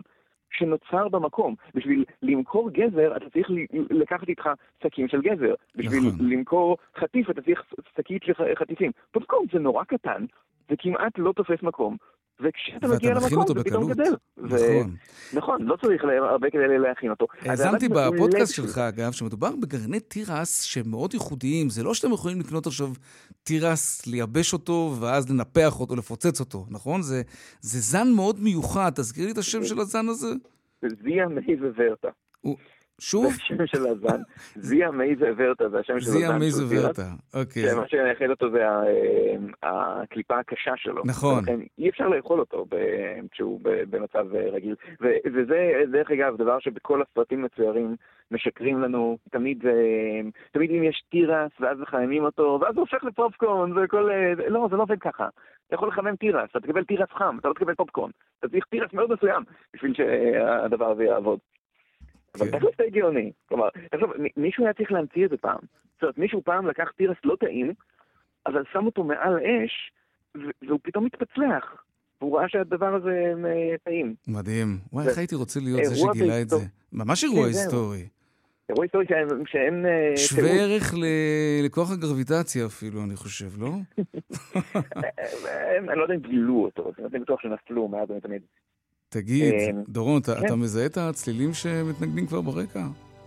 S10: שנוצר במקום. בשביל למכור גזר, אתה צריך לקחת איתך שקים של גזר. בשביל למכור חטיף, אתה צריך שקית של חטיפים. פופקורן זה נורא קטן, זה כמעט לא תופס מקום. וכשאתה מגיע למקום, זה פתאום גדל. נכון, לא צריך הרבה כדי להכין אותו.
S2: האזנתי בפודקאסט שלך, אגב, שמדובר בגרעיני תירס שמאוד ייחודיים. זה לא שאתם יכולים לקנות עכשיו תירס, לייבש אותו, ואז לנפח אותו, לפוצץ אותו, נכון? זה זן מאוד מיוחד. תזכיר לי את השם של הזן הזה?
S10: זיה מייזה ורטה.
S2: שוב?
S10: זה השם של הזן. זיה מייזה ורטה, זה השם של הזן.
S2: זיה מייזה ורטה, אוקיי.
S10: מה שמייחד אותו זה הקליפה הקשה שלו.
S2: נכון.
S10: אי אפשר לאכול אותו כשהוא במצב רגיל. וזה, דרך אגב, דבר שבכל הסרטים מצוירים משקרים לנו. תמיד אם יש תירס, ואז מחממים אותו, ואז הוא הופך לפופקורן, לא, זה לא עובד ככה. אתה יכול לחמם תירס, אתה תקבל תירס חם, אתה לא תקבל פופקורן. אתה צריך תירס מאוד מסוים בשביל שהדבר הזה יעבוד. אבל תכף זה הגיוני. כלומר, מישהו היה צריך להמציא את זה פעם. זאת אומרת, מישהו פעם לקח תירס לא טעים, אבל שם אותו מעל אש, והוא פתאום מתפצלח. והוא ראה שהדבר הזה טעים.
S2: מדהים. וואי, איך הייתי רוצה להיות זה שגילה את זה. ממש אירוע היסטורי.
S10: אירוע היסטורי שאין...
S2: שווה ערך לכוח הגרביטציה אפילו, אני חושב, לא?
S10: אני לא יודע אם גילו אותו, אני בטוח שנפלו מאז תמיד.
S2: תגיד, דורון, אתה מזהה את הצלילים שמתנגנים כבר ברקע?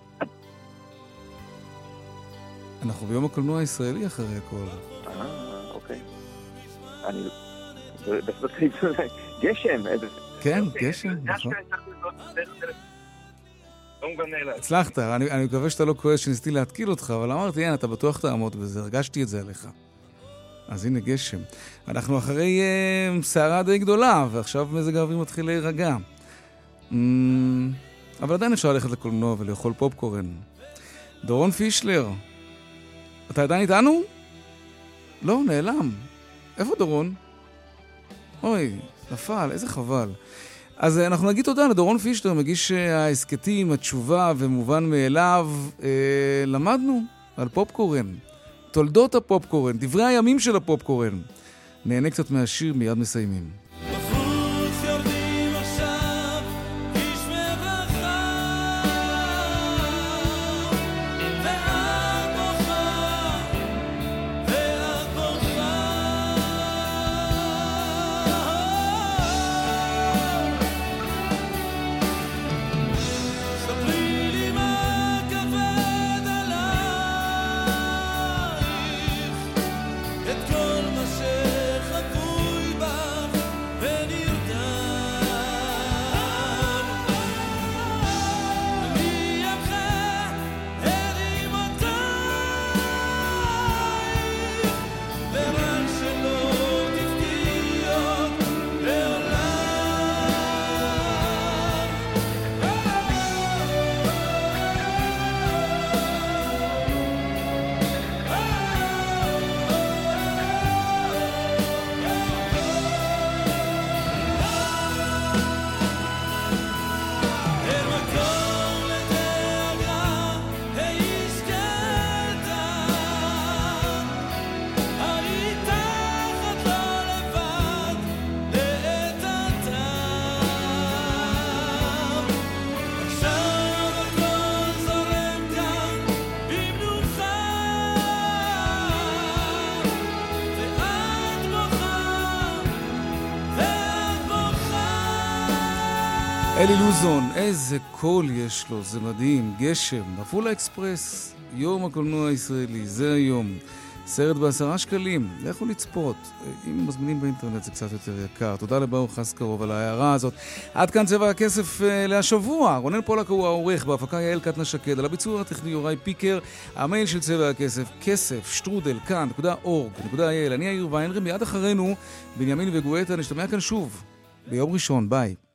S2: אנחנו ביום הקולנוע הישראלי אחרי הכל.
S10: אוקיי. אני... גשם, איזה...
S2: כן, גשם, נכון. הצלחת, אני מקווה שאתה לא כועס שניסיתי להתקיל אותך, אבל אמרתי, אין, אתה בטוח תעמוד בזה, הרגשתי את זה עליך. אז הנה גשם. אנחנו אחרי סערה די גדולה, ועכשיו מזג האוויר מתחיל להירגע. אבל עדיין אפשר ללכת לקולנוע ולאכול פופקורן. דורון פישלר, אתה עדיין איתנו? לא, נעלם. איפה דורון? אוי, נפל, איזה חבל. אז אנחנו נגיד תודה לדורון פישלר, מגיש העסקתים, התשובה ומובן מאליו. למדנו על פופקורן. תולדות הפופקורן, דברי הימים של הפופקורן. נהנה קצת מהשיר, מיד מסיימים. אלי לוזון, איזה קול יש לו, זה מדהים, גשם, עפולה אקספרס, יום הקולנוע הישראלי, זה היום. סרט ב10 שקלים, לכו לצפות. אם מזמינים באינטרנט זה קצת יותר יקר. תודה לברוך חסקרוב על ההערה הזאת. עד כאן צבע הכסף להשבוע. רונן פולק הוא העורך, בהפקה יעל קטנה שקד, על הביצוע הטכני יוראי פיקר, המייל של צבע הכסף, כסף@כאן.org.il. אני יאיר ויינרב, מיד אחרינו בנימין וגואטה, נשתמע כאן שוב ביום ראשון, ביי.